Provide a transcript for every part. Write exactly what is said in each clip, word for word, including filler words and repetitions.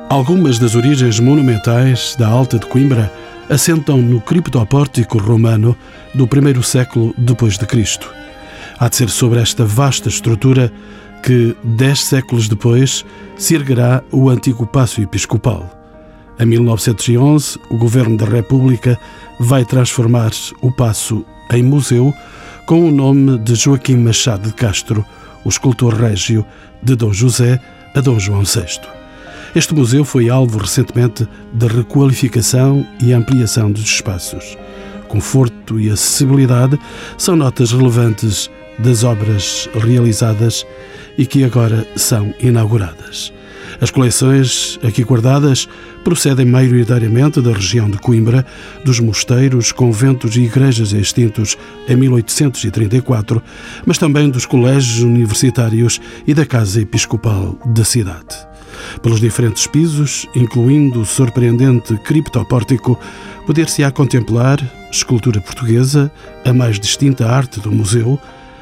Algumas das origens monumentais da Alta de Coimbra assentam no criptopórtico romano do primeiro século depois de Cristo. Há de ser sobre esta vasta estrutura que, dez séculos depois, se erguerá o antigo Paço Episcopal. Em mil novecentos e onze, o Governo da República vai transformar o Paço em museu com o nome de Joaquim Machado de Castro, o escultor régio de Dom José a Dom João sexto. Este museu foi alvo recentemente de requalificação e ampliação dos espaços. Conforto e acessibilidade são notas relevantes das obras realizadas e que agora são inauguradas. As coleções aqui guardadas procedem maioritariamente da região de Coimbra, dos mosteiros, conventos e igrejas extintos em mil oitocentos e trinta e quatro, mas também dos colégios universitários e da Casa Episcopal da cidade. Pelos diferentes pisos, incluindo o surpreendente criptopórtico, poder-se-á contemplar escultura portuguesa, a mais distinta arte do museu,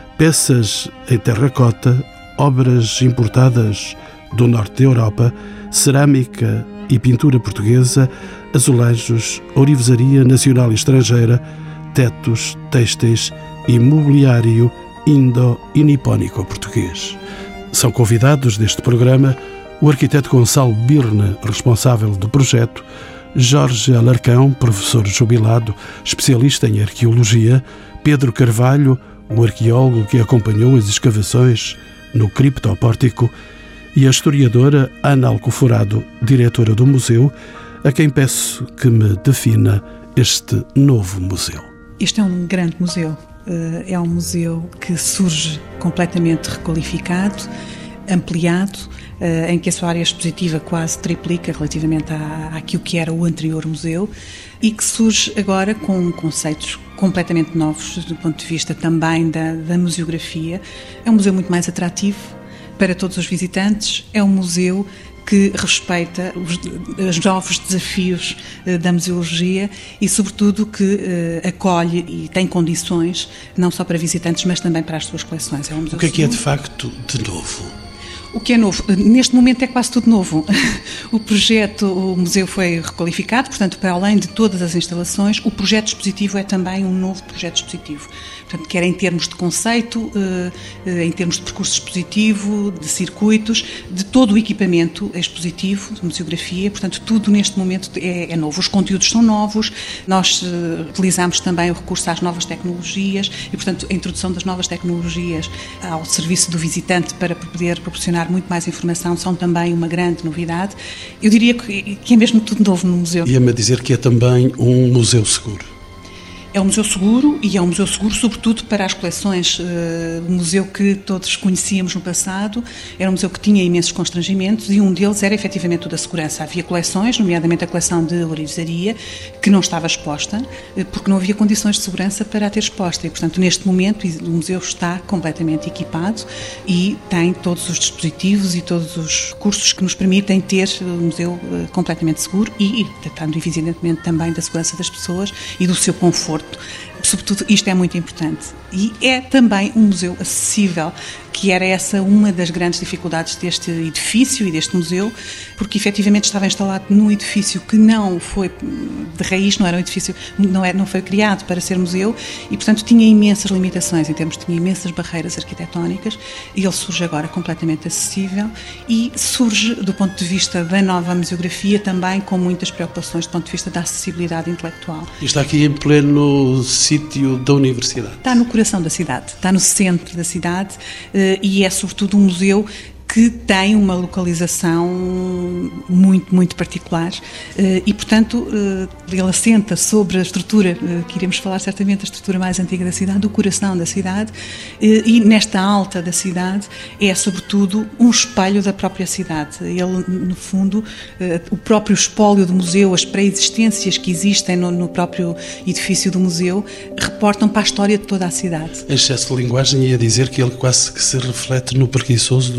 peças em terracota, obras importadas do norte da Europa, cerâmica e pintura portuguesa, azulejos, ourivesaria nacional e estrangeira, tetos, têxteis e mobiliário indo e nipónico português. São convidados deste programa o arquiteto Gonçalo Birne, responsável do projeto, Jorge Alarcão, professor jubilado, especialista em arqueologia, Pedro Carvalho, o arqueólogo que acompanhou as escavações no criptopórtico, e a historiadora Ana Alcoforado, diretora do museu, a quem peço que me defina este novo museu. Este é um grande museu. É um museu que surge completamente requalificado, ampliado, em que a sua área expositiva quase triplica relativamente à, àquilo que era o anterior museu e que surge agora com conceitos completamente novos do ponto de vista também da, da museografia. É um museu muito mais atrativo para todos os visitantes, é um museu que respeita os, os novos desafios uh, da museologia e, sobretudo, que uh, acolhe e tem condições não só para visitantes, mas também para as suas coleções. É um museu o que é que é, de seguro. facto, de novo? O que é novo? Neste momento é quase tudo novo. O projeto, o museu foi requalificado, portanto, para além de todas as instalações, o projeto expositivo é também um novo projeto expositivo. Portanto, quer em termos de conceito, em termos de percurso expositivo, de circuitos, de todo o equipamento expositivo, de museografia, portanto, tudo neste momento é, é novo. Os conteúdos são novos, nós utilizamos também o recurso às novas tecnologias e, portanto, a introdução das novas tecnologias ao serviço do visitante para poder proporcionar muito mais informação são também uma grande novidade. Eu diria que, que é mesmo tudo novo no museu. Ia-me dizer que é também um museu seguro. É um museu seguro e é um museu seguro sobretudo para as coleções. O museu que todos conhecíamos no passado era um museu que tinha imensos constrangimentos e um deles era efetivamente o da segurança. Havia coleções, nomeadamente a coleção de ourivesaria, que não estava exposta porque não havia condições de segurança para a ter exposta e, portanto, neste momento o museu está completamente equipado e tem todos os dispositivos e todos os recursos que nos permitem ter um museu completamente seguro e tratando evidentemente também da segurança das pessoas e do seu conforto. Sobretudo, isto é muito importante. E é também um museu acessível, que era essa uma das grandes dificuldades deste edifício e deste museu, porque efetivamente estava instalado num edifício que não foi de raiz, não era um edifício, não, era, não foi criado para ser museu e, portanto, tinha imensas limitações, em termos tinha imensas barreiras arquitetónicas, e ele surge agora completamente acessível e surge, do ponto de vista da nova museografia, também com muitas preocupações do ponto de vista da acessibilidade intelectual. E está aqui em pleno sítio da universidade. Está no coração da cidade, está no centro da cidade e é sobretudo um museu que tem uma localização muito, muito particular e, portanto, ele assenta sobre a estrutura, que iremos falar certamente, a estrutura mais antiga da cidade, o coração da cidade, e nesta alta da cidade é, sobretudo, um espelho da própria cidade. Ele, no fundo, o próprio espólio do museu, as pré-existências que existem no, no próprio edifício do museu, reportam para a história de toda a cidade. Em excesso de linguagem ia dizer que ele quase que se reflete no preguiçoso do Rio Montijo.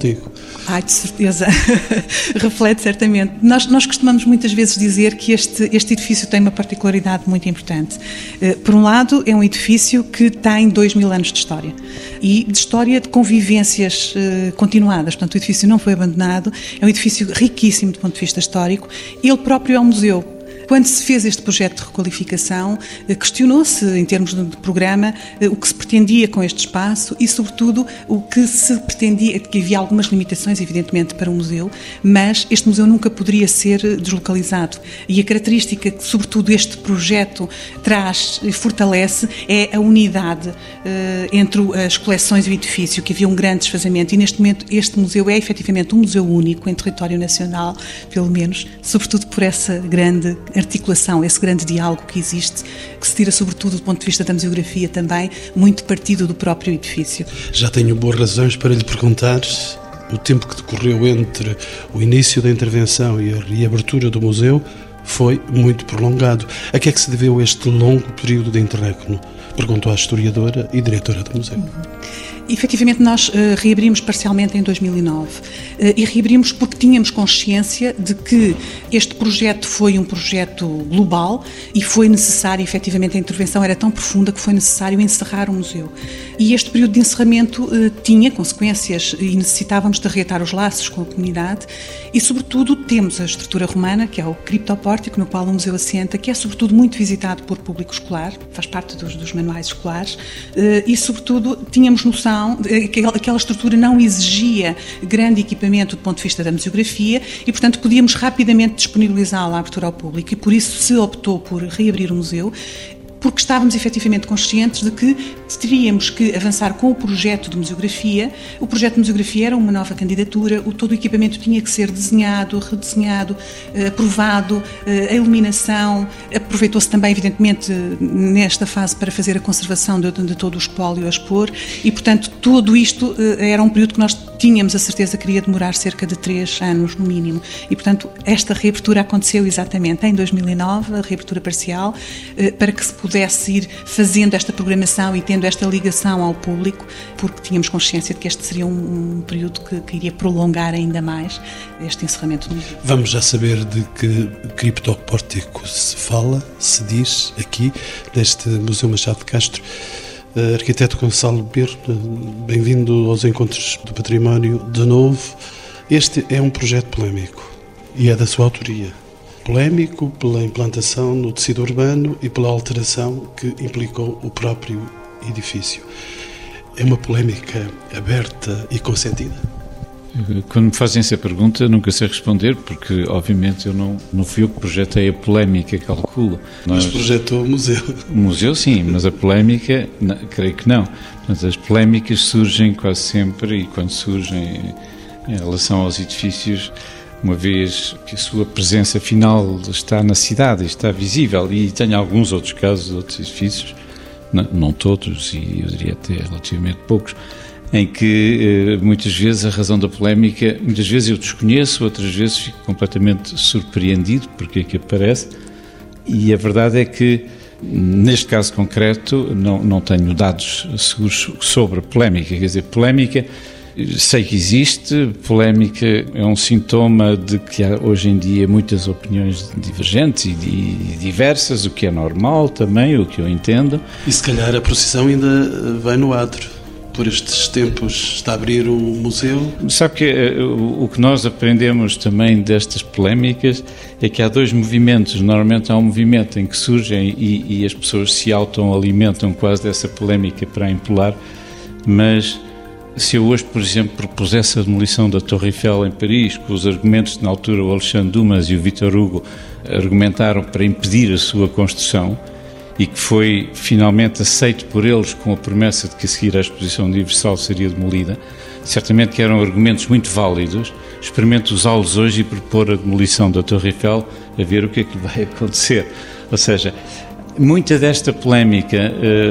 contigo. Ai, de certeza. Reflete certamente. Nós, nós costumamos muitas vezes dizer que este, este edifício tem uma particularidade muito importante. Por um lado, é um edifício que tem dois mil anos de história. E de história de convivências uh, continuadas. Portanto, o edifício não foi abandonado. É um edifício riquíssimo do ponto de vista histórico. Ele próprio é um museu. Quando se fez este projeto de requalificação, questionou-se, em termos de programa, o que se pretendia com este espaço e, sobretudo, o que se pretendia, que havia algumas limitações, evidentemente, para o museu, mas este museu nunca poderia ser deslocalizado. E a característica que, sobretudo, este projeto traz e fortalece é a unidade eh, entre as coleções e o edifício, que havia um grande desfazamento. E, neste momento, este museu é, efetivamente, um museu único em território nacional, pelo menos, sobretudo por essa grande articulação, esse grande diálogo que existe, que se tira sobretudo do ponto de vista da museografia também, muito partido do próprio edifício. Já tenho boas razões para lhe perguntar o tempo que decorreu entre o início da intervenção e a reabertura do museu foi muito prolongado. A que é que se deveu este longo período de interregno? Perguntou à historiadora e diretora do museu. Uhum. Efetivamente, nós uh, reabrimos parcialmente em dois mil e nove uh, e reabrimos porque tínhamos consciência de que este projeto foi um projeto global e foi necessário, efetivamente, a intervenção era tão profunda que foi necessário encerrar o museu. E este período de encerramento uh, tinha consequências e necessitávamos de reatar os laços com a comunidade e, sobretudo, temos a estrutura romana, que é o criptopórtico, no qual o museu assenta, que é, sobretudo, muito visitado por público escolar, faz parte dos, dos manuais escolares uh, e, sobretudo, tínhamos noção que aquela estrutura não exigia grande equipamento do ponto de vista da museografia e, portanto, podíamos rapidamente disponibilizá-la à abertura ao público e, por isso, se optou por reabrir o museu, porque estávamos efetivamente conscientes de que teríamos que avançar com o projeto de museografia. O projeto de museografia era uma nova candidatura, o, todo o equipamento tinha que ser desenhado, redesenhado, aprovado, a iluminação. Aproveitou-se também, evidentemente, nesta fase para fazer a conservação de, de todo o espólio a expor e, portanto, tudo isto era um período que nós tínhamos a certeza que iria demorar cerca de três anos, no mínimo. E, portanto, esta reabertura aconteceu exatamente em dois mil e nove, a reabertura parcial, para que se pudesse ir fazendo esta programação e tendo esta ligação ao público, porque tínhamos consciência de que este seria um, um período que, que iria prolongar ainda mais este encerramento do museu. Vamos já saber de que criptopórtico se fala, se diz aqui, neste Museu Machado de Castro. Uh, arquiteto Gonçalo Birne, bem-vindo aos Encontros do Património de novo. Este é um projeto polémico e é da sua autoria. Polémico pela implantação no tecido urbano e pela alteração que implicou o próprio edifício. É uma polémica aberta e consentida? Quando me fazem essa pergunta, nunca sei responder, porque, obviamente, eu não, não fui eu que projetei a polémica, calculo. Mas Nós, projetou o museu. O museu, sim, mas a polémica, não, creio que não. Mas as polémicas surgem quase sempre, e quando surgem em relação aos edifícios, uma vez que a sua presença final está na cidade, está visível, e tenho alguns outros casos de outros edifícios, não, não todos, e eu diria até relativamente poucos, em que muitas vezes a razão da polémica, muitas vezes eu desconheço, outras vezes fico completamente surpreendido porque é que aparece, e a verdade é que neste caso concreto não, não tenho dados seguros sobre a polémica, quer dizer, polémica sei que existe, polémica é um sintoma de que há hoje em dia muitas opiniões divergentes e diversas, o que é normal também, o que eu entendo. E se calhar a procissão ainda vai no adro. Por estes tempos está a abrir o museu. Sabe que uh, o que nós aprendemos também destas polémicas é que há dois movimentos. Normalmente há um movimento em que surgem e, e as pessoas se auto-alimentam quase dessa polémica para a impelar, mas se eu hoje, por exemplo, propusesse a demolição da Torre Eiffel em Paris, com os argumentos que na altura o Alexandre Dumas e o Victor Hugo argumentaram para impedir a sua construção, e que foi finalmente aceito por eles com a promessa de que a seguir a Exposição Universal seria demolida, certamente que eram argumentos muito válidos. Experimento usá-los hoje e propor a demolição da Torre Eiffel, a ver o que é que vai acontecer. Ou seja, muita desta polémica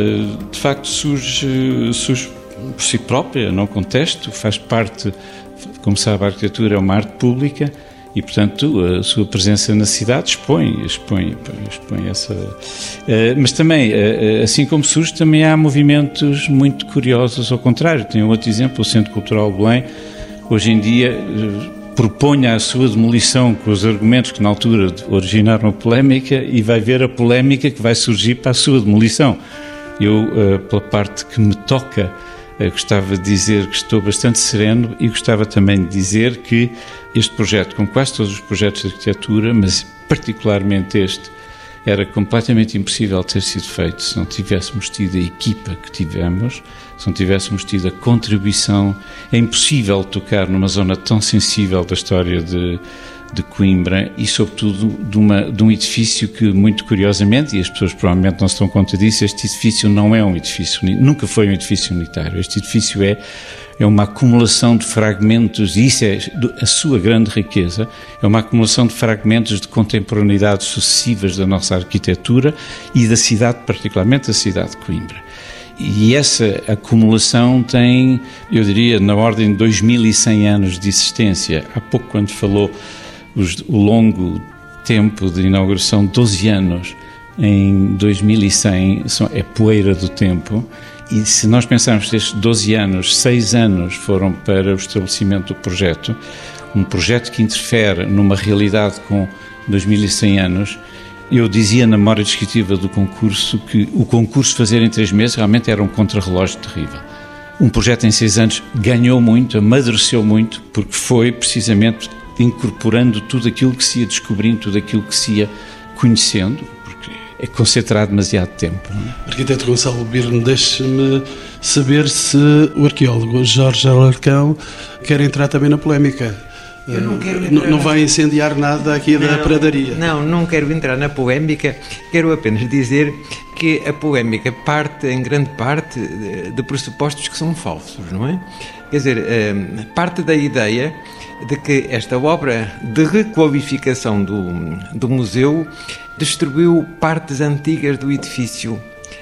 de facto surge, surge por si própria, não contesto, faz parte, como sabe, a arquitetura é uma arte pública, e, portanto, a sua presença na cidade expõe, expõe, expõe essa... Mas também, assim como surge, também há movimentos muito curiosos ao contrário. Tenho outro exemplo, o Centro Cultural Belém. hoje em dia proponha a sua demolição com os argumentos que na altura originaram a polémica e vai ver a polémica que vai surgir para a sua demolição. Eu, pela parte que me toca, gostava de dizer que estou bastante sereno e gostava também de dizer que este projeto, como quase todos os projetos de arquitetura, mas particularmente este, era completamente impossível ter sido feito se não tivéssemos tido a equipa que tivemos, se não tivéssemos tido a contribuição. É impossível tocar numa zona tão sensível da história de, de Coimbra e, sobretudo, de, uma, de um edifício que, muito curiosamente, e as pessoas provavelmente não se dão conta disso, este edifício não é um edifício, nunca foi um edifício unitário. Este edifício é, é uma acumulação de fragmentos, e isso é a sua grande riqueza, é uma acumulação de fragmentos de contemporaneidades sucessivas da nossa arquitetura e da cidade, particularmente da cidade de Coimbra. E essa acumulação tem, eu diria, na ordem de dois mil e cem anos de existência. Há pouco, quando falou os, o longo tempo de inauguração, doze anos em dois mil e cem, são, é poeira do tempo. E se nós pensarmos que estes doze anos, seis anos foram para o estabelecimento do projeto, um projeto que interfere numa realidade com dois mil e cem anos, eu dizia na memória descritiva do concurso que o concurso fazer em três meses realmente era um contrarrelógio terrível. Um projeto em seis anos ganhou muito, amadureceu muito, porque foi precisamente incorporando tudo aquilo que se ia descobrindo, tudo aquilo que se ia conhecendo, porque é concentrar demasiado tempo. Não é? Arquiteto Gonçalo Birne, deixe-me saber se o arqueólogo Jorge Alarcão quer entrar também na polémica. Eu não, quero não, não vai incendiar nada aqui não, da pradaria. Não, não quero entrar na polémica, quero apenas dizer que a polémica parte, em grande parte, de, de pressupostos que são falsos, não é? Quer dizer, parte da ideia de que esta obra de requalificação do, do museu destruiu partes antigas do edifício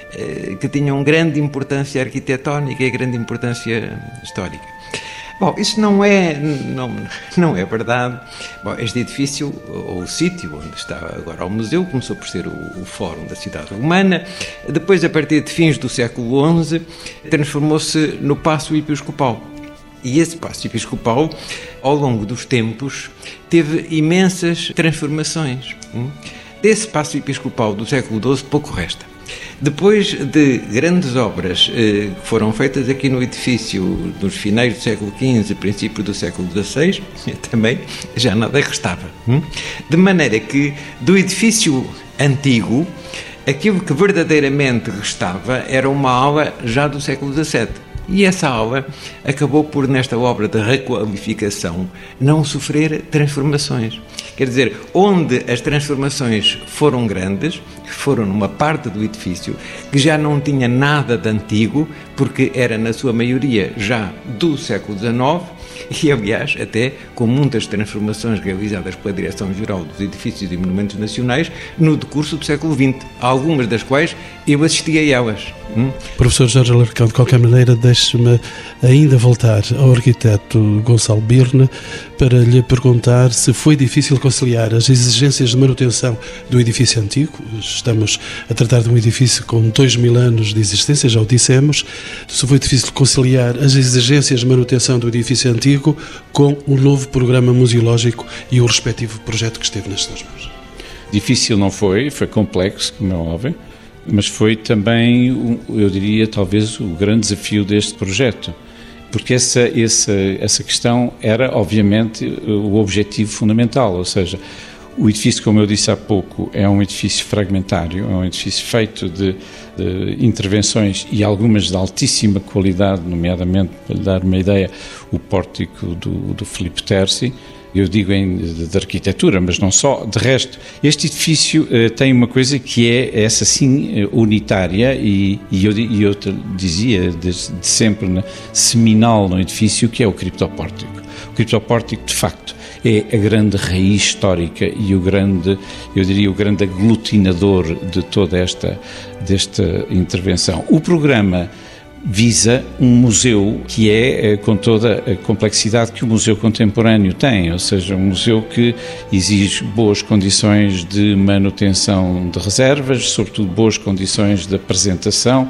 que tinham grande importância arquitetónica e grande importância histórica. Bom, isso não é, não, não é verdade. Bom, este edifício, ou o sítio onde está agora o museu, começou por ser o, o Fórum da Cidade Romana. Depois, a partir de fins do século onze, transformou-se no Paço Episcopal. E esse Paço Episcopal, ao longo dos tempos, teve imensas transformações. Desse Paço Episcopal do século doze, pouco resta. Depois de grandes obras eh, que foram feitas aqui no edifício nos finais do século quinze, princípio do século dezasseis, também já nada restava. Hum? De maneira que, do edifício antigo, aquilo que verdadeiramente restava era uma ala já do século dezassete. E essa ala acabou por, nesta obra de requalificação, não sofrer transformações. Quer dizer, onde as transformações foram grandes, foram numa parte do edifício que já não tinha nada de antigo, porque era, na sua maioria, já do século dezanove, e, aliás, até com muitas transformações realizadas pela Direção-Geral dos Edifícios e Monumentos Nacionais no decurso do século vinte, algumas das quais eu assisti a elas. Hum? Professor Jorge Alarcão, de qualquer maneira, deixe-me ainda voltar ao arquiteto Gonçalo Birne para lhe perguntar se foi difícil conciliar as exigências de manutenção do edifício antigo. Estamos a tratar de um edifício com dois mil anos de existência, já o dissemos. Se foi difícil conciliar as exigências de manutenção do edifício antigo com o novo programa museológico e o respectivo projeto que esteve nas suas mãos. Difícil não foi, foi complexo, como é óbvio, mas foi também, eu diria, talvez o grande desafio deste projeto, porque essa, essa, essa questão era, obviamente, o objetivo fundamental, ou seja, o edifício, como eu disse há pouco, é um edifício fragmentário, é um edifício feito de, de intervenções e algumas de altíssima qualidade, nomeadamente, para lhe dar uma ideia, o pórtico do, do Filipe Terzi. Eu digo em, de, de arquitetura, mas não só. De resto, este edifício uh, tem uma coisa que é essa sim unitária e, e, eu, e eu dizia de, de sempre né, seminal no edifício, que é o criptopórtico. O criptopórtico, de facto, é a grande raiz histórica e o grande, eu diria, o grande aglutinador de toda esta, desta intervenção. O programa visa um museu que é com toda a complexidade que o museu contemporâneo tem, ou seja, um museu que exige boas condições de manutenção de reservas, sobretudo boas condições de apresentação,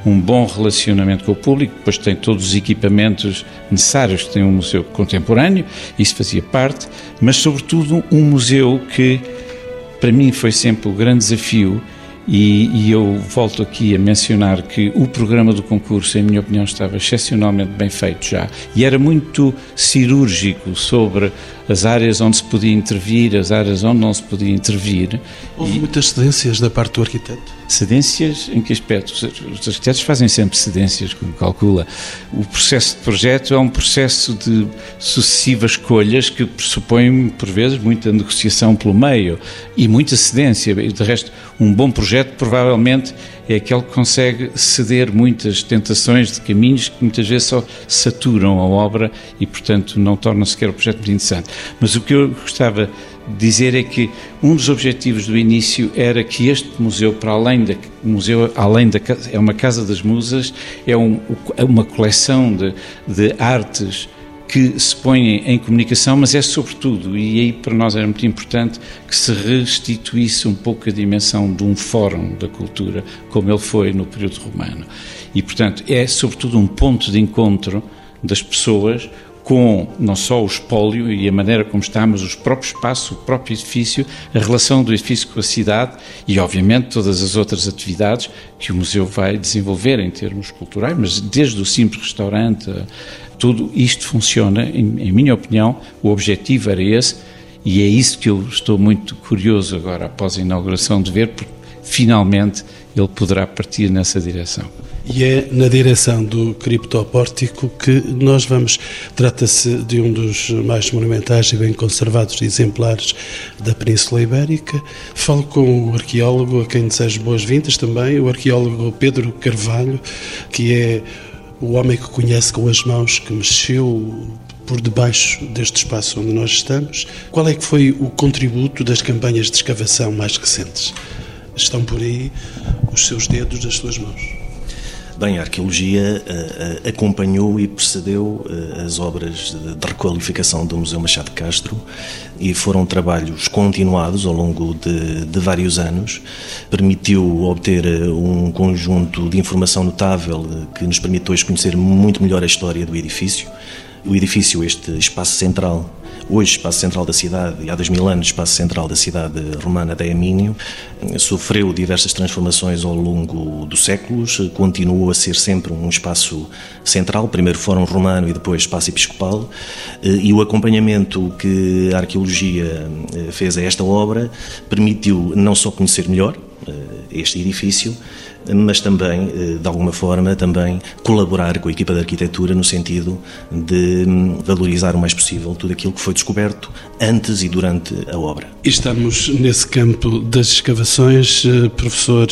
um bom relacionamento com o público, depois tem todos os equipamentos necessários que tem um museu contemporâneo, isso fazia parte, mas sobretudo um museu que para mim foi sempre o grande desafio. E, e eu volto aqui a mencionar que o programa do concurso, em minha opinião, estava excepcionalmente bem feito já e era muito cirúrgico sobre as áreas onde se podia intervir, as áreas onde não se podia intervir. Houve e... muitas cedências da parte do arquiteto? Cedências em que aspecto? Os arquitetos fazem sempre cedências, como calcula. O processo de projeto é um processo de sucessivas escolhas que pressupõe, por vezes, muita negociação pelo meio e muita cedência. De resto, um bom projeto provavelmente é aquele que consegue ceder muitas tentações de caminhos que muitas vezes só saturam a obra e, portanto, não tornam sequer o projeto muito interessante. Mas o que eu gostava de dizer é que um dos objetivos do início era que este museu, para além da museu, além da é uma casa das musas, é um, uma coleção de, de artes que se põem em comunicação, mas é sobretudo, e aí para nós era muito importante, que se restituísse um pouco a dimensão de um fórum da cultura, como ele foi no período romano. E, portanto, é sobretudo um ponto de encontro das pessoas com não só o espólio e a maneira como está, mas os próprios espaços, o próprio edifício, a relação do edifício com a cidade e, obviamente, todas as outras atividades que o museu vai desenvolver em termos culturais, mas desde o simples restaurante, tudo isto funciona, em, em minha opinião, o objetivo era esse e é isso que eu estou muito curioso agora, após a inauguração, de ver, porque finalmente ele poderá partir nessa direção. E é na direção do criptopórtico que nós vamos. Trata-se de um dos mais monumentais e bem conservados exemplares da Península Ibérica. Falo com o arqueólogo, a quem desejo boas-vindas também, o arqueólogo Pedro Carvalho, que é o homem que conhece com as mãos, que mexeu por debaixo deste espaço onde nós estamos. Qual é que foi o contributo das campanhas de escavação mais recentes? Estão por aí os seus dedos das suas mãos. Bem, a arqueologia uh, uh, acompanhou e precedeu uh, as obras de, de requalificação do Museu Machado de Castro e foram trabalhos continuados ao longo de, de vários anos. Permitiu obter uh, um conjunto de informação notável uh, que nos permitiu hoje conhecer muito melhor a história do edifício. O edifício, este espaço central, hoje espaço central da cidade e há dois mil anos espaço central da cidade romana de Emínio, sofreu diversas transformações ao longo dos séculos, continuou a ser sempre um espaço central, primeiro fórum romano e depois espaço episcopal, e o acompanhamento que a arqueologia fez a esta obra permitiu não só conhecer melhor este edifício, mas também, de alguma forma, também colaborar com a equipa de arquitetura no sentido de valorizar o mais possível tudo aquilo que foi descoberto antes e durante a obra. E estamos nesse campo das escavações, professor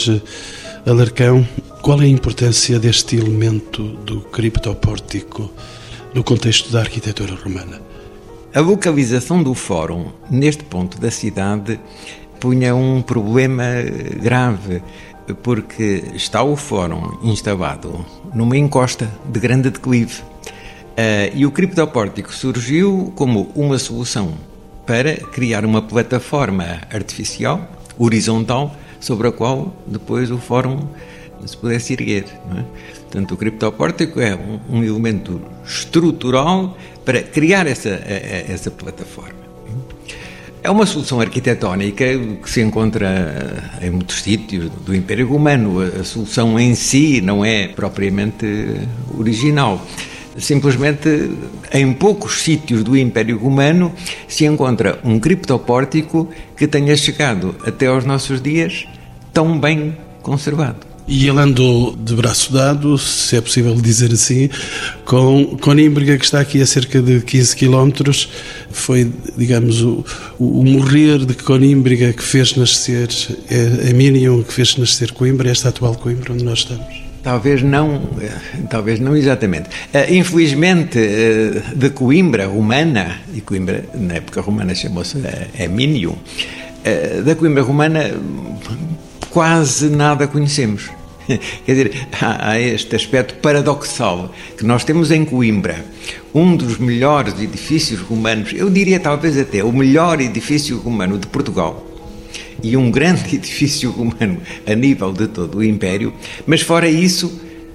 Alarcão. Qual é a importância deste elemento do criptopórtico no contexto da arquitetura romana? A localização do fórum, neste ponto da cidade, punha um problema grave, porque está o fórum instalado numa encosta de grande declive uh, e o criptopórtico surgiu como uma solução para criar uma plataforma artificial, horizontal, sobre a qual depois o fórum se pudesse erguer, não é? Portanto, o criptopórtico é um, um elemento estrutural para criar essa, essa plataforma. É uma solução arquitetónica que se encontra em muitos sítios do Império Romano. A solução em si não é propriamente original. Simplesmente, em poucos sítios do Império Romano se encontra um criptopórtico que tenha chegado até aos nossos dias tão bem conservado. E ele andou de braço dado, se é possível dizer assim, com Conímbriga, que está aqui a cerca de quinze quilómetros. Foi, digamos, o, o morrer de Conímbriga que fez nascer é, Emínio, que fez nascer Coimbra, esta atual Coimbra onde nós estamos. Talvez não, talvez não exatamente. Infelizmente, de Coimbra romana, e Coimbra na época romana chamou-se Emínio, da Coimbra romana quase nada conhecemos. Quer dizer, há, há este aspecto paradoxal que nós temos em Coimbra, um dos melhores edifícios romanos, eu diria talvez até o melhor edifício romano de Portugal, e um grande edifício romano a nível de todo o Império, mas fora isso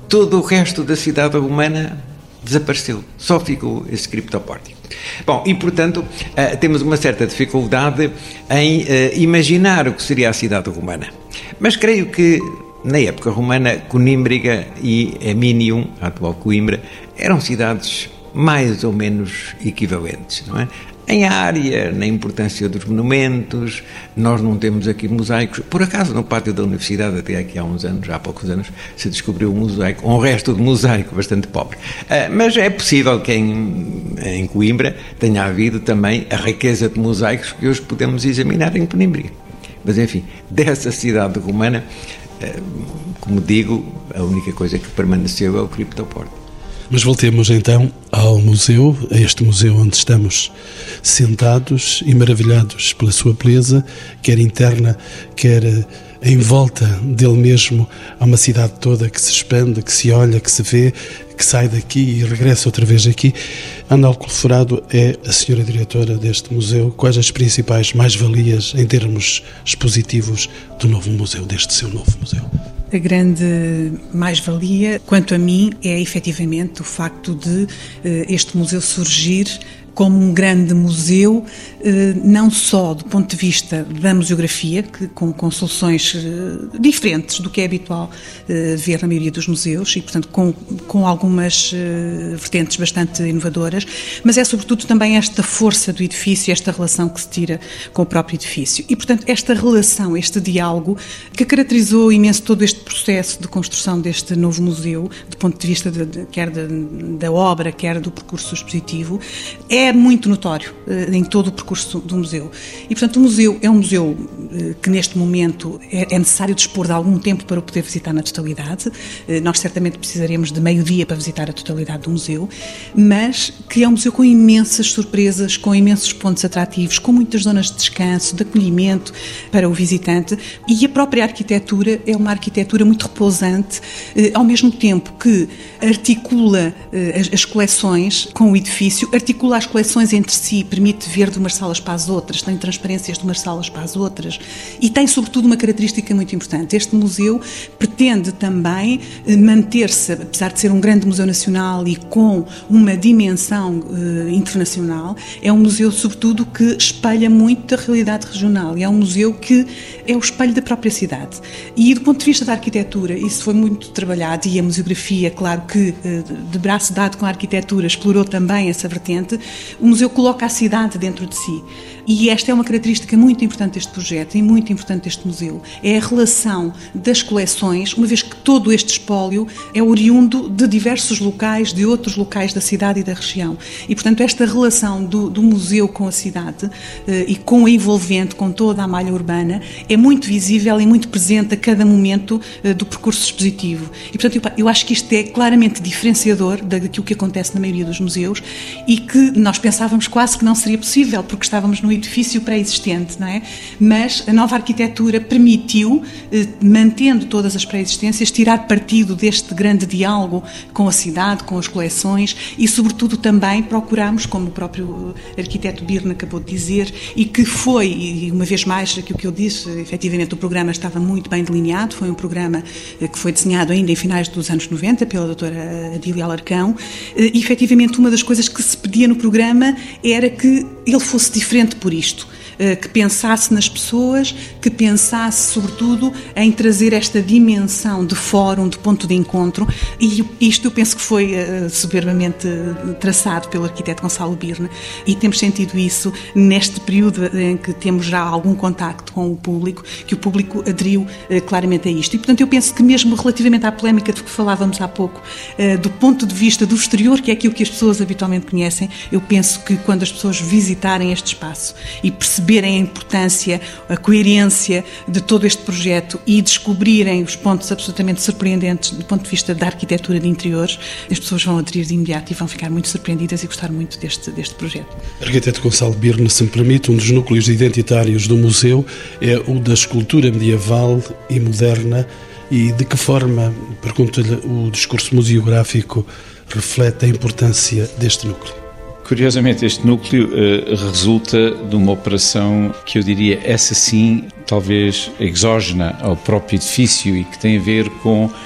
todo o resto da cidade romana desapareceu, só ficou esse criptopórtico. Bom, e portanto uh, temos uma certa dificuldade em uh, imaginar o que seria a cidade romana. Mas creio que na época romana, Conímbriga e Eminium, a atual Coimbra, eram cidades mais ou menos equivalentes, não é? Em área, na importância dos monumentos, nós não temos aqui mosaicos. Por acaso, no pátio da universidade, até aqui há uns anos, há poucos anos, se descobriu um mosaico, um resto de mosaico bastante pobre. Uh, mas é possível que em, em Coimbra tenha havido também a riqueza de mosaicos que hoje podemos examinar em Conímbriga. Mas, enfim, dessa cidade romana, uh, como digo, a única coisa que permaneceu é o criptopórtico. Mas voltemos então ao museu, a este museu onde estamos sentados e maravilhados pela sua beleza, quer interna, quer em volta dele mesmo. Há uma cidade toda que se expande, que se olha, que se vê, que sai daqui e regressa outra vez aqui. Ana Alcoforado é a senhora diretora deste museu. Quais as principais mais-valias em termos expositivos do novo museu, deste seu novo museu? A grande mais-valia, quanto a mim, é efetivamente o facto de eh, este museu surgir como um grande museu, não só do ponto de vista da museografia, que, com, com soluções diferentes do que é habitual ver na maioria dos museus e, portanto, com, com algumas vertentes bastante inovadoras, mas é sobretudo também esta força do edifício, esta relação que se tira com o próprio edifício. E, portanto, esta relação, este diálogo, que caracterizou imenso todo este processo de construção deste novo museu, do ponto de vista de, de, quer de, da obra, quer do percurso expositivo, é muito notório uh, em todo o percurso do museu. E, portanto, o museu é um museu uh, que, neste momento, é, é necessário dispor de algum tempo para o poder visitar na totalidade. Uh, nós, certamente, precisaremos de meio-dia para visitar a totalidade do museu, mas que é um museu com imensas surpresas, com imensos pontos atrativos, com muitas zonas de descanso, de acolhimento para o visitante, e a própria arquitetura é uma arquitetura muito repousante, uh, ao mesmo tempo que articula uh, as, as coleções com o edifício, articula as coleções entre si, permite ver de umas salas para as outras, tem transparências de umas salas para as outras e tem, sobretudo, uma característica muito importante. Este museu pretende também manter-se, apesar de ser um grande museu nacional e com uma dimensão uh, internacional, é um museu, sobretudo, que espelha muito a realidade regional e é um museu que é o espelho da própria cidade. E, do ponto de vista da arquitetura, isso foi muito trabalhado e a museografia, claro que, uh, de braço dado com a arquitetura, explorou também essa vertente. O museu coloca a cidade dentro de si e esta é uma característica muito importante deste projeto e muito importante deste museu. É a relação das coleções, uma vez que todo este espólio é oriundo de diversos locais, de outros locais da cidade e da região. E, portanto, esta relação do, do museu com a cidade eh, e com a envolvente, com toda a malha urbana, é muito visível e muito presente a cada momento eh, do percurso expositivo. E, portanto, eu, eu acho que isto é claramente diferenciador daquilo que acontece na maioria dos museus e que nós pensávamos quase que não seria possível, porque estávamos no edifício pré-existente, não é? Mas a nova arquitetura permitiu, eh, mantendo todas as pré-existências, tirar partido deste grande diálogo com a cidade, com as coleções e, sobretudo, também procuramos, como o próprio arquiteto Birne acabou de dizer, e que foi, e uma vez mais, aquilo que eu disse, efetivamente o programa estava muito bem delineado, foi um programa eh, que foi desenhado ainda em finais dos anos noventa pela doutora Adília Alarcão, eh, e, efetivamente, uma das coisas que se pedia no programa era que ele fosse diferente por isto, que pensasse nas pessoas, que pensasse, sobretudo, em trazer esta dimensão de fórum, de ponto de encontro, e isto eu penso que foi soberbamente traçado pelo arquiteto Gonçalo Birne, e temos sentido isso neste período em que temos já algum contacto com o público, que o público aderiu claramente a isto. E, portanto, eu penso que mesmo relativamente à polémica de que falávamos há pouco, do ponto de vista do exterior, que é aquilo que as pessoas habitualmente conhecem, eu penso que quando as pessoas visitarem este espaço e perceberem a importância, a coerência de todo este projeto e descobrirem os pontos absolutamente surpreendentes do ponto de vista da arquitetura de interiores, as pessoas vão aderir de imediato e vão ficar muito surpreendidas e gostar muito deste, deste projeto. Arquiteto Gonçalo Birne, se me permite, um dos núcleos identitários do museu é o da escultura medieval e moderna. E de que forma, pergunto-lhe, o discurso museográfico reflete a importância deste núcleo? Curiosamente, este núcleo uh, resulta de uma operação que eu diria, essa sim, talvez exógena ao próprio edifício e que tem a ver com uh,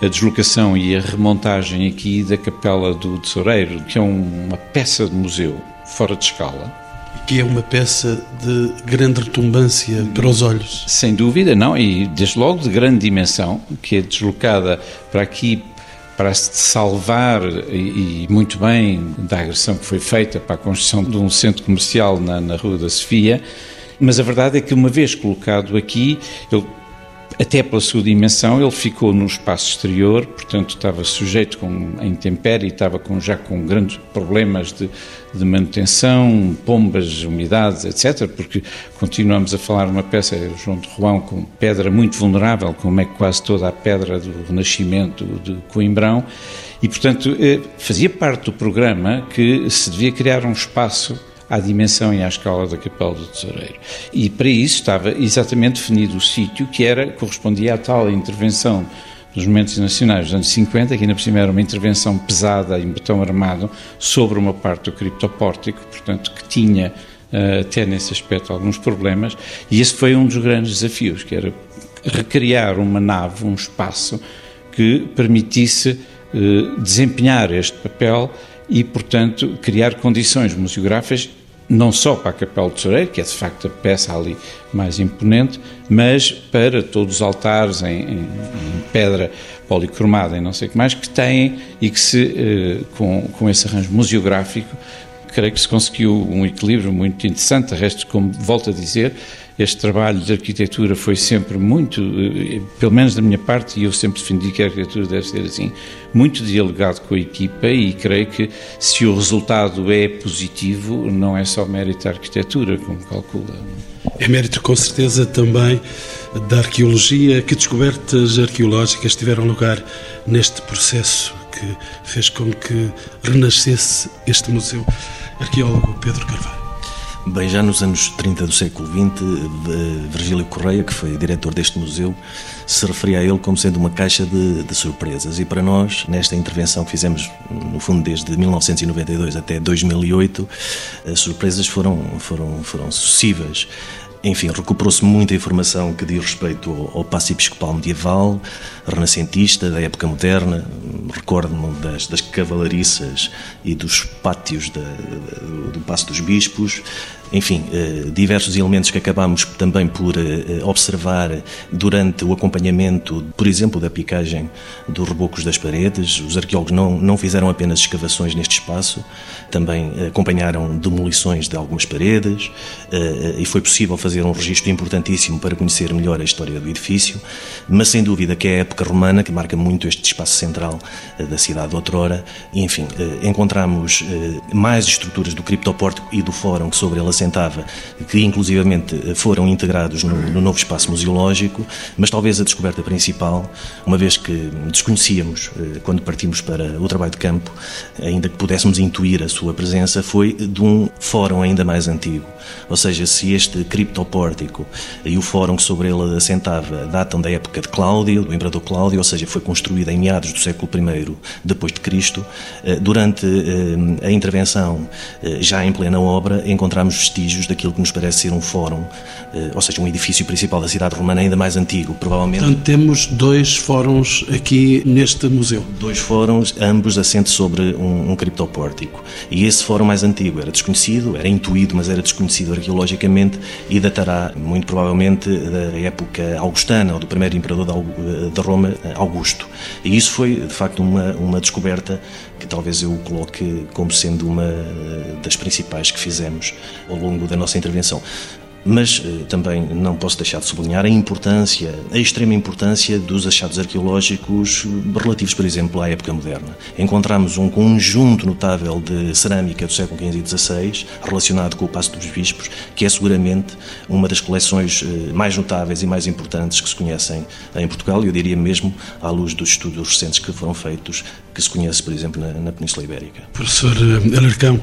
a deslocação e a remontagem aqui da Capela do Tesoureiro, que é uma peça de museu fora de escala. Que é uma peça de grande retumbância para os olhos. Sem dúvida, não, e desde logo de grande dimensão, que é deslocada para aqui para se salvar, e, e muito bem, da agressão que foi feita para a construção de um centro comercial na, na Rua da Sofia, mas a verdade é que uma vez colocado aqui, ele, até pela sua dimensão, ele ficou no espaço exterior, portanto estava sujeito com, a intempérie, estava com, já com grandes problemas de, de manutenção, pombas, umidades, etcétera, porque continuamos a falar de uma peça, João de Roão, com pedra muito vulnerável, como é quase toda a pedra do Renascimento de Coimbrão, e portanto fazia parte do programa que se devia criar um espaço à dimensão e à escala da Capela do Tesoureiro. E para isso estava exatamente definido o sítio, que era, correspondia à tal intervenção dos Monumentos Nacionais dos anos cinquenta, que ainda por cima era uma intervenção pesada em betão armado sobre uma parte do criptopórtico, portanto que tinha até nesse aspecto alguns problemas, e esse foi um dos grandes desafios, que era recriar uma nave, um espaço que permitisse desempenhar este papel e, portanto, criar condições museográficas não só para a Capela do Tesoureiro, que é de facto a peça ali mais imponente, mas para todos os altares em, em, em pedra policromada e não sei o que mais, que têm e que se, com, com esse arranjo museográfico, creio que se conseguiu um equilíbrio muito interessante. De resto, como volto a dizer, este trabalho de arquitetura foi sempre muito, pelo menos da minha parte, e eu sempre defendi que a arquitetura deve ser assim, muito dialogado com a equipa, e creio que se o resultado é positivo, não é só mérito da arquitetura, como calcula. É mérito, com certeza, também da arqueologia. Que descobertas arqueológicas tiveram lugar neste processo que fez com que renascesse este museu? Arqueólogo Pedro Carvalho. Bem, já nos anos trinta do século vinte, Virgílio Correia, que foi diretor deste museu, se referia a ele como sendo uma caixa de, de surpresas. E para nós, nesta intervenção que fizemos, no fundo, desde mil novecentos e noventa e dois até dois mil e oito, as surpresas foram, foram, foram sucessivas. Enfim, recuperou-se muita informação que diz respeito ao, ao paço episcopal medieval, renascentista, da época moderna. Recordo-me das, das cavalariças e dos pátios da, da, do Paço dos Bispos. Enfim, eh, diversos elementos que acabámos também por eh, observar durante o acompanhamento, por exemplo, da picagem dos rebocos das paredes. Os arqueólogos não, não fizeram apenas escavações neste espaço, também acompanharam demolições de algumas paredes, eh, e foi possível fazer um registro importantíssimo para conhecer melhor a história do edifício, mas sem dúvida que é a época romana que marca muito este espaço central eh, da cidade de outrora. E, enfim, eh, encontramos eh, mais estruturas do criptopórtico e do fórum que sobre ele assentava, que inclusivamente foram integrados no, no novo espaço museológico, mas talvez a descoberta principal, uma vez que desconhecíamos quando partimos para o trabalho de campo, ainda que pudéssemos intuir a sua presença, foi de um fórum ainda mais antigo. Ou seja, se este criptopórtico e o fórum que sobre ele assentava datam da época de Cláudio, do imperador Cláudio, ou seja, foi construído em meados do século primeiro depois de Cristo, durante a intervenção, já em plena obra, encontramos vestígios daquilo que nos parece ser um fórum, ou seja, um edifício principal da cidade romana ainda mais antigo, provavelmente. Portanto, temos dois fóruns aqui neste museu. Dois fóruns, ambos assentes sobre um, um criptopórtico. E esse fórum mais antigo era desconhecido, era intuído, mas era desconhecido arqueologicamente e datará, muito provavelmente, da época augustana, ou do primeiro imperador de Roma, Augusto. E isso foi, de facto, uma, uma descoberta que talvez eu coloque como sendo uma das principais que fizemos ao longo da nossa intervenção. Mas eh, também não posso deixar de sublinhar a importância, a extrema importância dos achados arqueológicos relativos, por exemplo, à época moderna. Encontramos um conjunto notável de cerâmica do século quinze e dezasseis, relacionado com o Paço dos Bispos, que é seguramente uma das coleções eh, mais notáveis e mais importantes que se conhecem em Portugal, e eu diria mesmo à luz dos estudos recentes que foram feitos, que se conhece, por exemplo, na, na Península Ibérica. Professor Alarcão,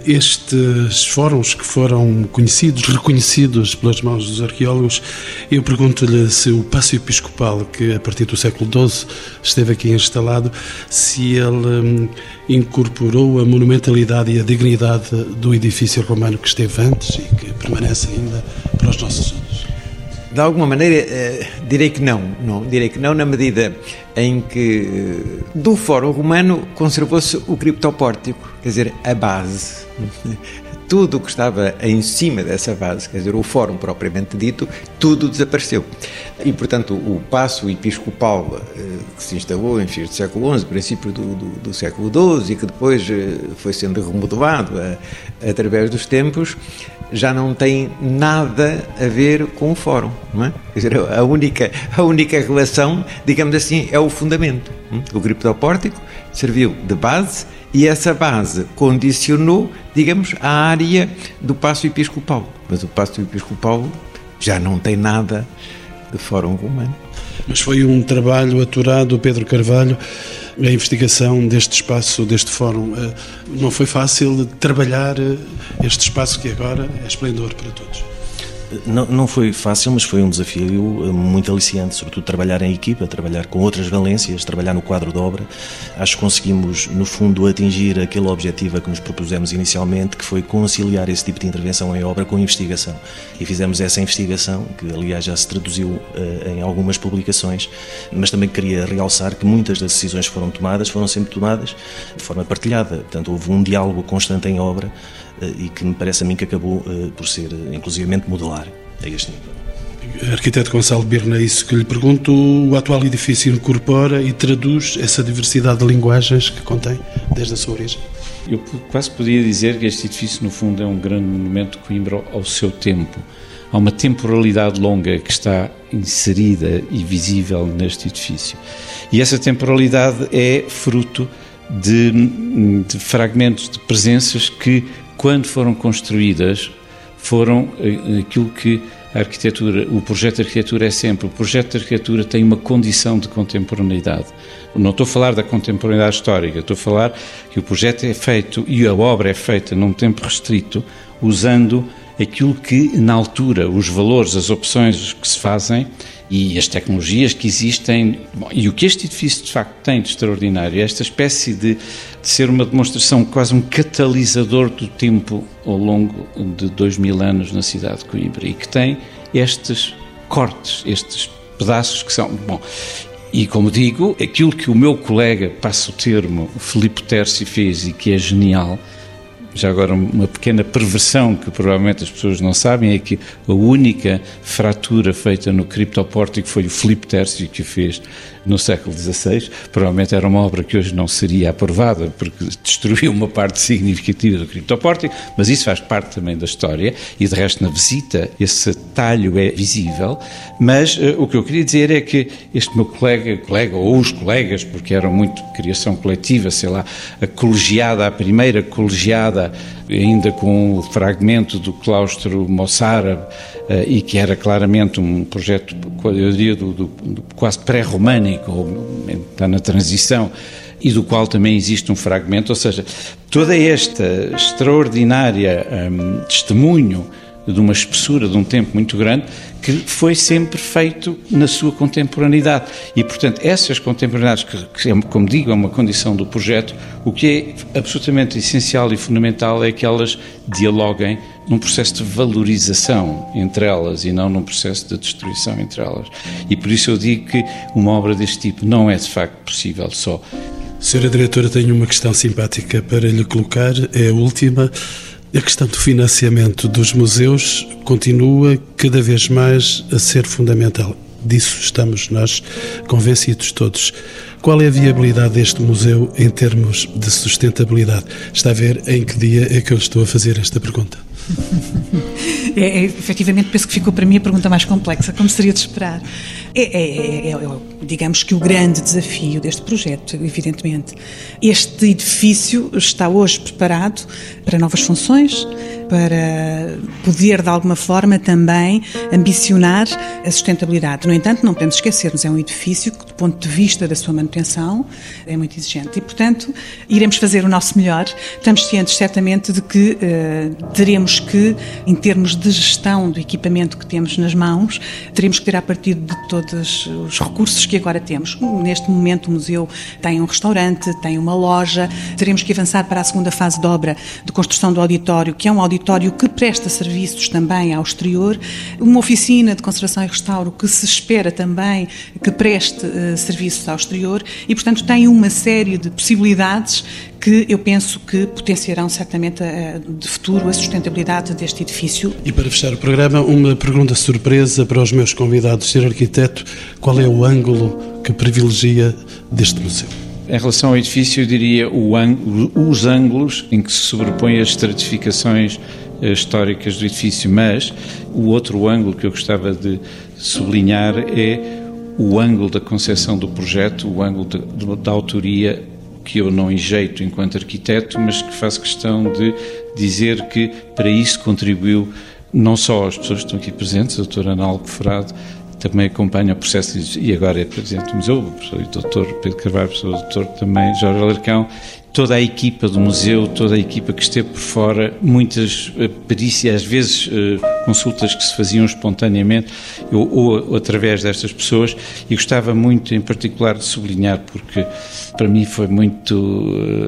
estes fóruns que foram conhecidos, reconhecidos pelas mãos dos arqueólogos, eu pergunto-lhe se o Paço Episcopal, que a partir do século doze esteve aqui instalado, se ele hum, incorporou a monumentalidade e a dignidade do edifício romano que esteve antes e que permanece ainda para os nossos olhos. De alguma maneira, eh, direi que não, não, direi que não na medida em que do Fórum Romano conservou-se o criptopórtico, quer dizer, a base. Tudo o que estava em cima dessa base, quer dizer, o fórum propriamente dito, tudo desapareceu. E, portanto, o paço episcopal que se instalou em fins do século onze, princípio do, do, do século doze, e que depois foi sendo remodelado a, através dos tempos, já não tem nada a ver com o fórum, não é? Quer dizer, a única, a única relação, digamos assim, é o fundamento. O criptopórtico serviu de base e essa base condicionou, digamos, a área do paço episcopal. Mas o paço episcopal já não tem nada de Fórum Romano. Mas foi um trabalho aturado, Pedro Carvalho, a investigação deste espaço, deste fórum. Não foi fácil trabalhar este espaço que agora é esplendor para todos. Não, não foi fácil, mas foi um desafio muito aliciante, sobretudo trabalhar em equipa, trabalhar com outras valências, trabalhar no quadro de obra. Acho que conseguimos, no fundo, atingir aquele objetivo a que nos propusemos inicialmente, que foi conciliar esse tipo de intervenção em obra com investigação. E fizemos essa investigação, que aliás já se traduziu uh, em algumas publicações, mas também queria realçar que muitas das decisões que foram tomadas foram sempre tomadas de forma partilhada. Portanto, houve um diálogo constante em obra e que me parece a mim que acabou uh, por ser, uh, inclusivamente, modular a este nível. Arquiteto Gonçalo Birna, é isso que lhe pergunto. O atual edifício incorpora e traduz essa diversidade de linguagens que contém desde a sua origem? Eu quase podia dizer que este edifício, no fundo, é um grande monumento de Coimbra ao seu tempo. Há uma temporalidade longa que está inserida e visível neste edifício. E essa temporalidade é fruto de, de fragmentos de presenças que, quando foram construídas, foram aquilo que a arquitetura, o projeto de arquitetura é sempre. O projeto de arquitetura tem uma condição de contemporaneidade. Não estou a falar da contemporaneidade histórica, estou a falar que o projeto é feito e a obra é feita num tempo restrito, usando aquilo que, na altura, os valores, as opções que se fazem e as tecnologias que existem. Bom, e o que este edifício, de facto, tem de extraordinário é esta espécie de, de ser uma demonstração, quase um catalisador do tempo ao longo de dois mil anos na cidade de Coimbra, e que tem estes cortes, estes pedaços que são... Bom, e como digo, aquilo que o meu colega, passa o termo, Filipe Terci fez e que é genial. Já agora, uma pequena perversão que provavelmente as pessoas não sabem é que a única fratura feita no criptopórtico foi o Filipe Terci que o fez no século dezasseis. Provavelmente era uma obra que hoje não seria aprovada porque destruiu uma parte significativa do criptopórtico, mas isso faz parte também da história e, de resto, na visita esse talho é visível. Mas uh, o que eu queria dizer é que este meu colega, colega ou os colegas, porque eram muito criação coletiva, sei lá, a colegiada, a primeira colegiada, ainda com o fragmento do claustro moçárabe, e que era claramente um projeto, eu diria, do, do, do quase pré-românico, ou está na transição, e do qual também existe um fragmento, ou seja, toda esta extraordinária um, testemunho de uma espessura de um tempo muito grande, que foi sempre feito na sua contemporaneidade. E, portanto, essas contemporaneidades, que, que, como digo, é uma condição do projeto, o que é absolutamente essencial e fundamental é que elas dialoguem num processo de valorização entre elas e não num processo de destruição entre elas. E por isso eu digo que uma obra deste tipo não é, de facto, possível só. Senhora Diretora, tenho uma questão simpática para lhe colocar, é a última. A questão do financiamento dos museus continua cada vez mais a ser fundamental. Disso estamos nós convencidos todos. Qual é a viabilidade deste museu em termos de sustentabilidade? Está a ver em que dia é que eu estou a fazer esta pergunta? É, é, efetivamente, penso que ficou para mim a pergunta mais complexa, como seria de esperar. É, é, é, é, digamos que o grande desafio deste projeto, evidentemente. Este edifício está hoje preparado para novas funções, para poder, de alguma forma, também ambicionar a sustentabilidade. No entanto, não podemos esquecermos, é um edifício que, do ponto de vista da sua manutenção, é muito exigente. E, portanto, iremos fazer o nosso melhor. Estamos cientes, certamente, de que uh, teremos que, em termos de gestão do equipamento que temos nas mãos, teremos que ter, a partir de todas todos os recursos que agora temos. Neste momento o museu tem um restaurante, tem uma loja, teremos que avançar para a segunda fase de obra de construção do auditório, que é um auditório que presta serviços também ao exterior, uma oficina de conservação e restauro que se espera também que preste uh, serviços ao exterior e, portanto, tem uma série de possibilidades que eu penso que potenciarão certamente a, de futuro a sustentabilidade deste edifício. E para fechar o programa, uma pergunta surpresa para os meus convidados. Ser arquiteto, qual é o ângulo que privilegia deste museu? Em relação ao edifício, eu diria o ângulo, os ângulos em que se sobrepõem as estratificações históricas do edifício, mas o outro ângulo que eu gostava de sublinhar é o ângulo da concepção do projeto, o ângulo de, de, da autoria, que eu não enjeito enquanto arquiteto, mas que faço questão de dizer que para isso contribuiu não só as pessoas que estão aqui presentes, a doutora Ana Alcoforado, também acompanha o processo e agora é presidente do museu, o professor e doutor Pedro Carvalho, o professor doutor também Jorge Alarcão, toda a equipa do museu, toda a equipa que esteve por fora, muitas perícias, às vezes consultas que se faziam espontaneamente ou, ou, ou através destas pessoas, e gostava muito em particular de sublinhar, porque para mim foi muito,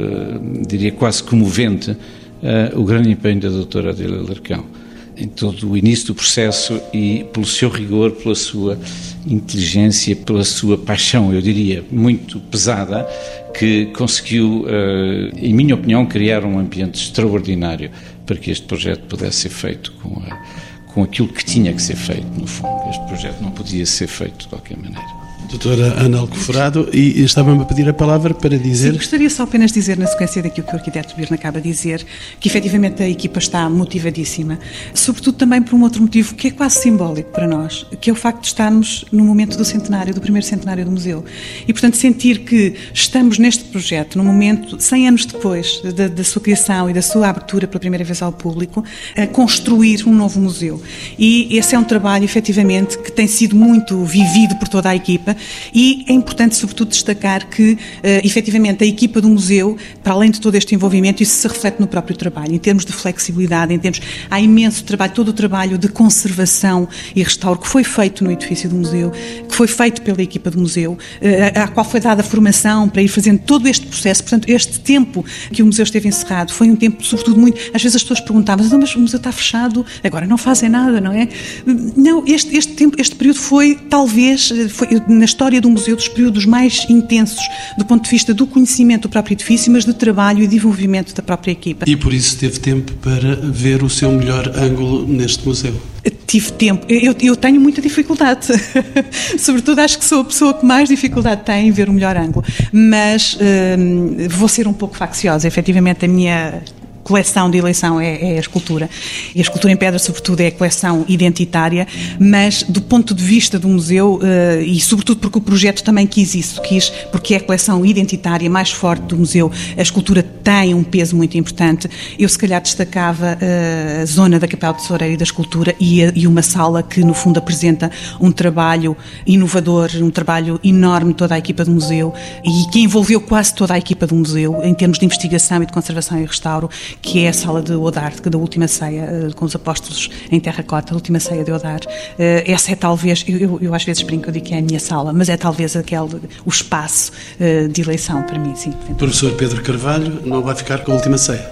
diria quase comovente, o grande empenho da doutora Adélia Alarcão em todo o início do processo e pelo seu rigor, pela sua inteligência, pela sua paixão, eu diria, muito pesada, que conseguiu, em minha opinião, criar um ambiente extraordinário para que este projeto pudesse ser feito com, a, com aquilo que tinha que ser feito, no fundo. Este projeto não podia ser feito de qualquer maneira. Doutora Ana Alcoforado, e estava-me a pedir a palavra para dizer... Sim, gostaria só apenas de dizer, na sequência daquilo que o arquiteto Birne acaba de dizer, que efetivamente a equipa está motivadíssima, sobretudo também por um outro motivo que é quase simbólico para nós, que é o facto de estarmos no momento do centenário, do primeiro centenário do museu. E, portanto, sentir que estamos neste projeto, num momento, cem anos depois da, da sua criação e da sua abertura pela primeira vez ao público, a construir um novo museu. E esse é um trabalho, efetivamente, que tem sido muito vivido por toda a equipa. E é importante, sobretudo, destacar que, uh, efetivamente, a equipa do museu, para além de todo este envolvimento, isso se reflete no próprio trabalho, em termos de flexibilidade, em termos... Há imenso trabalho, todo o trabalho de conservação e restauro que foi feito no edifício do museu, que foi feito pela equipa do museu, uh, à qual foi dada formação para ir fazendo todo este processo. Portanto, este tempo que o museu esteve encerrado foi um tempo, sobretudo, muito... Às vezes as pessoas perguntavam, mas o museu está fechado, agora não fazem nada, não é? Não, este, este tempo, este período foi, talvez, foi, na história do museu, dos períodos mais intensos do ponto de vista do conhecimento do próprio edifício, mas de trabalho e desenvolvimento da própria equipa. E por isso teve tempo para ver o seu melhor ângulo neste museu? Tive tempo. Eu, eu tenho muita dificuldade. Sobretudo acho que sou a pessoa que mais dificuldade tem em ver o melhor ângulo. Mas hum, vou ser um pouco facciosa. Efetivamente, a minha coleção de eleição é, é a escultura. E a escultura em pedra, sobretudo, é a coleção identitária, mas do ponto de vista do museu, uh, e sobretudo porque o projeto também quis isso, quis, porque é a coleção identitária mais forte do museu, a escultura tem um peso muito importante. Eu, se calhar, destacava uh, a zona da Capela de Tesoureiro e da escultura e, a, e uma sala que, no fundo, apresenta um trabalho inovador, um trabalho enorme de toda a equipa do museu e que envolveu quase toda a equipa do museu, em termos de investigação e de conservação e restauro, que é a sala de Odar, da última ceia, com os apóstolos em terracota, a última ceia de Odar. Essa é talvez, eu, eu, eu às vezes brinco, eu digo que é a minha sala, mas é talvez aquele, o espaço de eleição para mim, sim. Professor Pedro Carvalho, não vai ficar com a última ceia?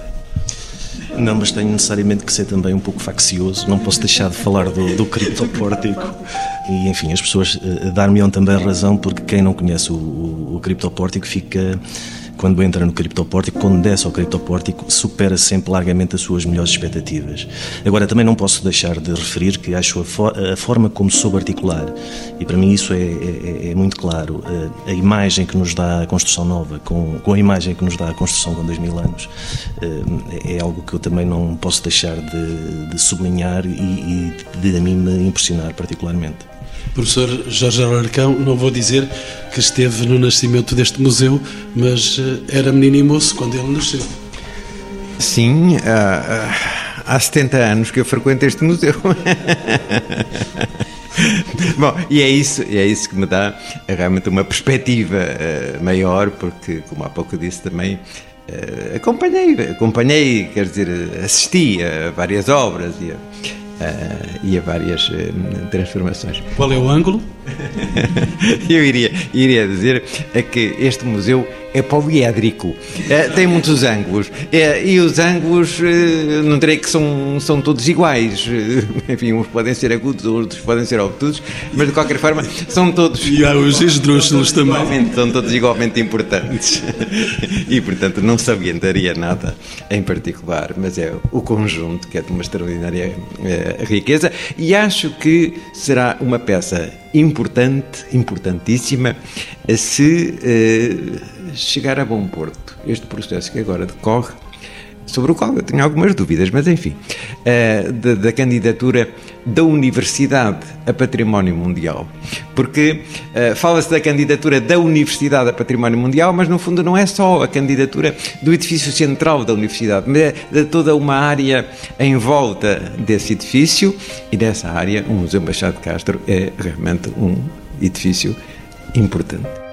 Não, mas tenho necessariamente que ser também um pouco faccioso, não posso deixar de falar do, do criptopórtico. E, enfim, as pessoas uh, dar-me-ão também razão, porque quem não conhece o, o, o criptopórtico fica... Quando entra no criptopórtico, quando desce ao criptopórtico, supera sempre largamente as suas melhores expectativas. Agora, também não posso deixar de referir que acho a, for, a forma como soube articular, e para mim isso é, é, é muito claro, a, a imagem que nos dá a construção nova, com, com a imagem que nos dá a construção com dois mil anos, é, é algo que eu também não posso deixar de, de sublinhar e, e de a mim me impressionar particularmente. Professor Jorge Alarcão, não vou dizer que esteve no nascimento deste museu, mas era menino e moço quando ele nasceu. Sim, há, há setenta anos que eu frequento este museu. Bom, e é isso, é isso que me dá realmente uma perspectiva uh, maior, porque, como há pouco disse também, uh, acompanhei, acompanhei, quer dizer, assisti a várias obras e a, Uh, e a várias uh, transformações. Qual é o ângulo? Eu iria, iria dizer é que este museu é poliédrico, é, tem muitos ângulos, é, e os ângulos é, não direi que são, são todos iguais, enfim, uns podem ser agudos, outros podem ser obtusos, mas de qualquer forma são todos... E há os esdrúxulos também. São todos igualmente importantes e, portanto, não salientaria nada em particular, mas é o conjunto que é de uma extraordinária é, riqueza, e acho que será uma peça importante, importantíssima, se eh, chegar a bom porto. Este processo que agora decorre, sobre o qual eu tenho algumas dúvidas, mas enfim, eh, da, da candidatura da Universidade a Património Mundial. Porque eh, fala-se da candidatura da Universidade a Património Mundial, mas no fundo não é só a candidatura do edifício central da Universidade, mas é de toda uma área em volta desse edifício, e nessa área o Museu Machado de Castro é realmente um edifício importante.